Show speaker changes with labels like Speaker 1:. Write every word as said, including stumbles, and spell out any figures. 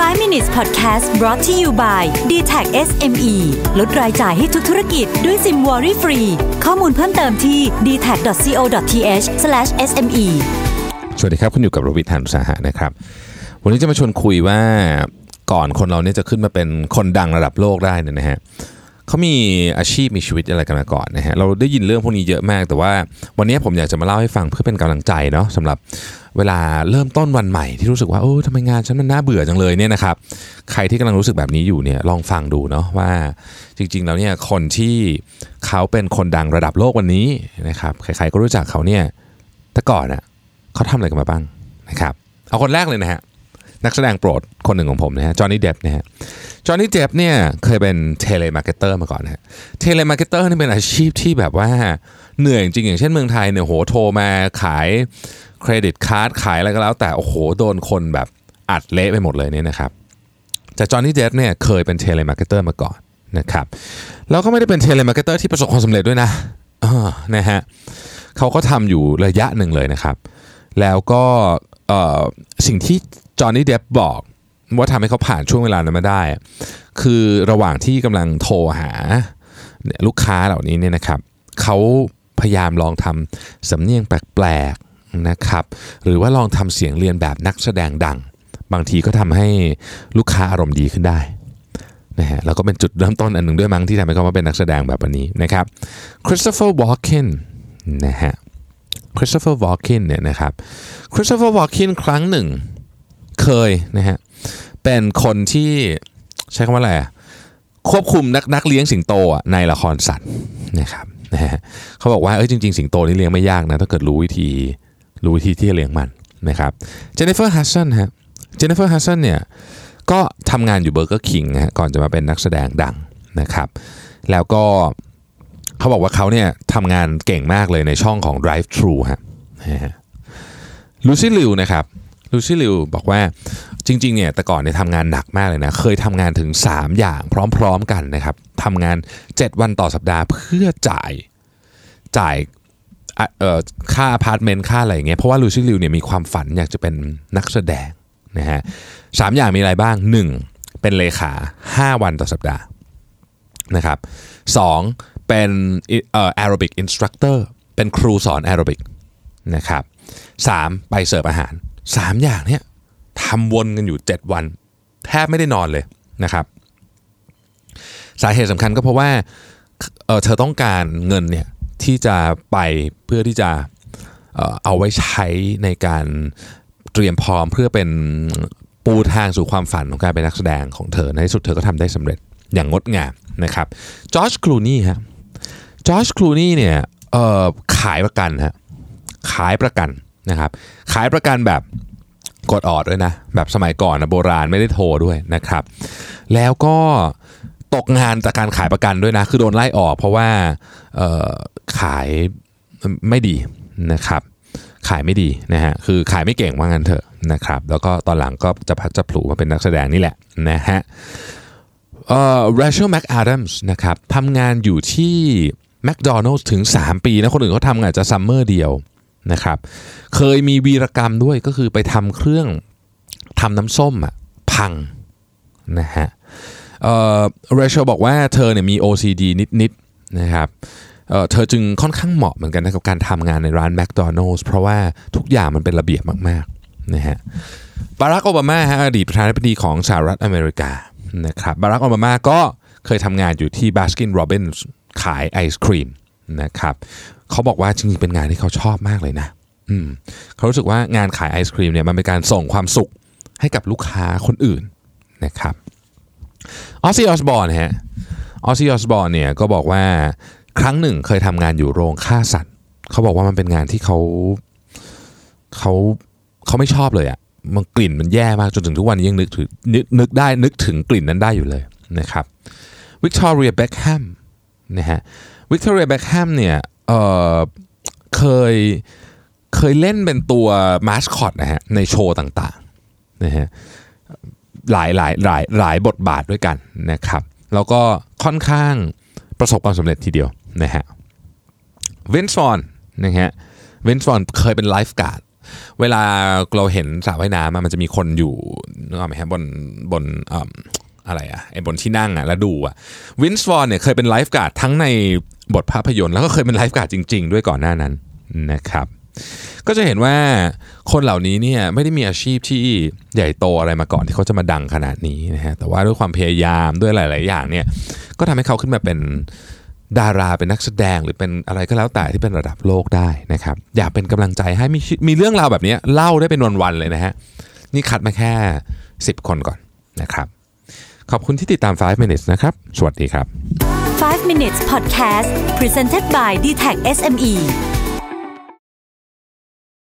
Speaker 1: five minutes podcast brought to you by ดี แท็ก เอส เอ็ม อี ลดรายจ่ายให้ทุกธุรกิจด้วยซิมวอรี่ฟรีข้อมูลเพิ่มเติมที่ ดี แท็ก ดอท ซี โอ ดอท ที เอช สแลช เอส เอ็ม อี
Speaker 2: สวัสดีครับคุณอยู่กับรวิทย์ หาญอุตสาหะนะครับวันนี้จะมาชวนคุยว่าก่อนคนเราเนี่ยจะขึ้นมาเป็นคนดังระดับโลกได้เนี่ยนะฮะเขามีอาชีพมีชีวิตอะไรกันมาก่อนนะฮะเราได้ยินเรื่องพวกนี้เยอะมากแต่ว่าวันนี้ผมอยากจะมาเล่าให้ฟังเพื่อเป็นกำลังใจเนาะสำหรับเวลาเริ่มต้นวันใหม่ที่รู้สึกว่าโอ้ทำไมงานฉันมันน่าเบื่อจังเลยเนี่ยนะครับใครที่กำลังรู้สึกแบบนี้อยู่เนี่ยลองฟังดูเนาะว่าจริงๆแล้วเนี่ยคนที่เขาเป็นคนดังระดับโลกวันนี้นะครับใครๆก็รู้จักเขาเนี่ยแต่ก่อนอ่ะเขาทำอะไรกันมาบ้างนะครับเอาคนแรกเลยนะฮะนักแสดงโปรดคนหนึ่งของผมนะฮะจอห์นนี่เดปนะฮะจอห์นนี่เดปเนี่ยเคยเป็นเทเลมาร์เก็ตเตอร์มาก่อนนะฮะเทเลมาร์เก็ตเตอร์นี่เป็นอาชีพที่แบบว่าเหนื่อยจริงอย่างเช่นเมืองไทยเนี่ยโหโทรมาขายเครดิตการ์ดขายอะไรก็แล้วแต่โอ้โหโดนคนแบบอัดเละไปหมดเลยเนี่ยนะครับแต่จอห์นนี่เดปเนี่ยเคยเป็นเทเลมาร์เก็ตเตอร์มาก่อนนะครับแล้วก็ไม่ได้เป็นเทเลมาร์เก็ตเตอร์ที่ประสบความสำเร็จด้วยนะนะฮะเขาก็ทำอยู่ระยะหนึ่งเลยนะครับแล้วก็สิ่งที่จอห์นนี่เดปบอกว่าทำให้เขาผ่านช่วงเวลานั้นมาได้คือระหว่างที่กำลังโทรหาลูกค้าเหล่านี้เนี่ยนะครับเขาพยายามลองทำสำเนียงแปลกๆนะครับหรือว่าลองทำเสียงเรียนแบบนักแสดงดังบางทีก็ทำให้ลูกค้าอารมณ์ดีขึ้นได้นะฮะแล้วก็เป็นจุดเริ่มต้นอันหนึ่งด้วยมั้งที่ทำให้เขามาเป็นนักแสดงแบบนี้นะครับคริสโตเฟอร์วอลเคนนะฮะคริสโตเฟอร์วอลเคนเนี่ยนะครับคริสโตเฟอร์วอลเคนครั้งหนึ่งเคยนะฮะเป็นคนที่ใช้คำว่าอะไรควบคุมนักนักเลี้ยงสิงโตในละครสัตว์นะครับนะฮะเขาบอกว่าเอ้ยจริงๆสิงโตนี่เลี้ยงไม่ยากนะถ้าเกิดรู้วิธีรู้วิธีที่จะเลี้ยงมันนะครับเจนนิเฟอร์ฮัสสันฮะเจนนิเฟอร์ฮัสสันเนี่ยก็ทำงานอยู่เบอร์เกอร์คิงนะฮะก่อนจะมาเป็นนักแสดงดังนะครับแล้วก็เขาบอกว่าเขาเนี่ยทำงานเก่งมากเลยในช่องของ Drive Thru ฮะลูซี่ลิวนะครับลูซี่ลิวบอกว่าจริงๆเนี่ยแต่ก่อนเนี่ยทำงานหนักมากเลยนะเคยทำงานถึงสามอย่างพร้อมๆกันนะครับทำงานเจ็ดวันต่อสัปดาห์เพื่อจ่ายจ่ายเอ่อค่าอพาร์ตเมนต์ค่าอะไรอย่างเงี้ยเพราะว่าลูซี่ลิวเนี่ยมีความฝันอยากจะเป็นนักแสดงนะฮะสามอย่างมีอะไรบ้างหนึ่งเป็นเลขาห้าวันต่อสัปดาห์นะครับสองเป็นเอ่อแอโรบิกอินสตรัคเตอร์เป็นครูสอนแอโรบิกนะครับสามไปเสิร์ฟอาหารสามอย่างเนี้ยทำวนกันอยู่เจ็ดวันแทบไม่ได้นอนเลยนะครับสาเหตุสำคัญก็เพราะว่า เอ่อ เธอต้องการเงินเนี่ยที่จะไปเพื่อที่จะ เอ่อ เอาไว้ใช้ในการเตรียมพร้อมเพื่อเป็นปูทางสู่ความฝันของการเป็นนักแสดงของเธอในที่สุดเธอก็ทำได้สำเร็จอย่างงดงามนะครับจอร์จคลูนี่ฮะจอร์จคลูนี่เนี่ยเอ่อขายประกันฮะขายประกันนะครับขายประกันแบบกดออดด้วยนะแบบสมัยก่อนนะโบราณไม่ได้โทรด้วยนะครับแล้วก็ตกงานจากการขายประกันด้วยนะคือโดนไล่ออกเพราะว่าเอ่อขายไม่ดีนะครับขายไม่ดีนะฮะคือขายไม่เก่งว่างั้นเถอะนะครับแล้วก็ตอนหลังก็จะพัดจะผลูมาเป็นนักแสดงนี่แหละนะฮะเอ่อ Rachel McAdams นะครับทำงานอยู่ที่ McDonald's ถึงสามปีนะคนอื่นเขาทำงานจะซัมเมอร์เดียวนะครับเคยมีวีรกรรมด้วยก็คือไปทำเครื่องทำน้ำส้มอ่ะพังนะฮะเอ่อ Rachel บอกว่าเธอเนี่ยมี โอ ซี ดี นิดๆนะครับเอ่อเธอจึงค่อนข้างเหมาะเหมือนกันนะกับการทำงานในร้าน McDonald's เพราะว่าทุกอย่างมันเป็นระเบียบมากๆนะฮะบารักโอบามาฮะอดีตประธานาธิบดีของสหรัฐอเมริกานะครับบารักโอบามาก็เคยทำงานอยู่ที่ Baskin Robbins ขายไอศครีมนะครับเขาบอกว่าจริงๆเป็นงานที่เขาชอบมากเลยนะอืมเขารู้สึกว่างานขายไอศครีมเนี่ยมันเป็นการส่งความสุขให้กับลูกค้าคนอื่นนะครับออซซี่ออสบอร์นฮะออซซี่ออสบอร์นเนี่ยก็บอกว่าครั้งหนึ่งเคยทำงานอยู่โรงฆ่าสัตว์เขาบอกว่ามันเป็นงานที่เขาเขาเขาไม่ชอบเลยอ่ะมันกลิ่นมันแย่มากจนถึงทุกวันนี้ยังนึกถึงนึกนึกได้นึกถึงกลิ่นนั้นได้อยู่เลยนะครับวิกตอเรียเบ็คแฮมนะฮะวิกตอเรียเบ็คแฮมเนี่ยเอ่อเคยเคยเล่นเป็นตัวมาสคอตนะฮะในโชว์ต่างๆนะฮะหลายหลายหลายหลายบทบาทด้วยกันนะครับแล้วก็ค่อนข้างประสบความสำเร็จทีเดียวนะฮะวินส์วอนนะฮะวินส์วอนเคยเป็นไลฟ์การ์ดเวลาเราเห็นสระว่ายน้ำมันจะมีคนอยู่นึกออกไหมครับบนบนอ่าอะไรอ่ะไอ้บนที่นั่งอ่ะแล้วดูอ่ะวินส์วอนเนี่ยเคยเป็นไลฟ์การ์ดทั้งในบทภาพยนตร์แล้วก็เคยเป็นไลฟ์การ์ดจริงๆด้วยก่อนหน้านั้นนะครับก็จะเห็นว่าคนเหล่านี้เนี่ยไม่ได้มีอาชีพที่ใหญ่โตอะไรมาก่อนที่เขาจะมาดังขนาดนี้นะฮะแต่ว่าด้วยความพยายามด้วยหลายๆอย่างเนี่ยก็ทำให้เขาขึ้นมาเป็นดาราเป็นนักแสดงหรือเป็นอะไรก็แล้วแต่ที่เป็นระดับโลกได้นะครับอยากเป็นกำลังใจให้มีมีเรื่องราวแบบนี้เล่าได้เป็นวันๆเลยนะฮะนี่คัดมาแค่สิบคนก่อนนะครับขอบคุณที่ติดตามไฟว์ minutes นะครับสวัสดีครับ
Speaker 1: ไฟว์ minutes podcast presented by ดี ที เอ ซี เอส เอ็ม อี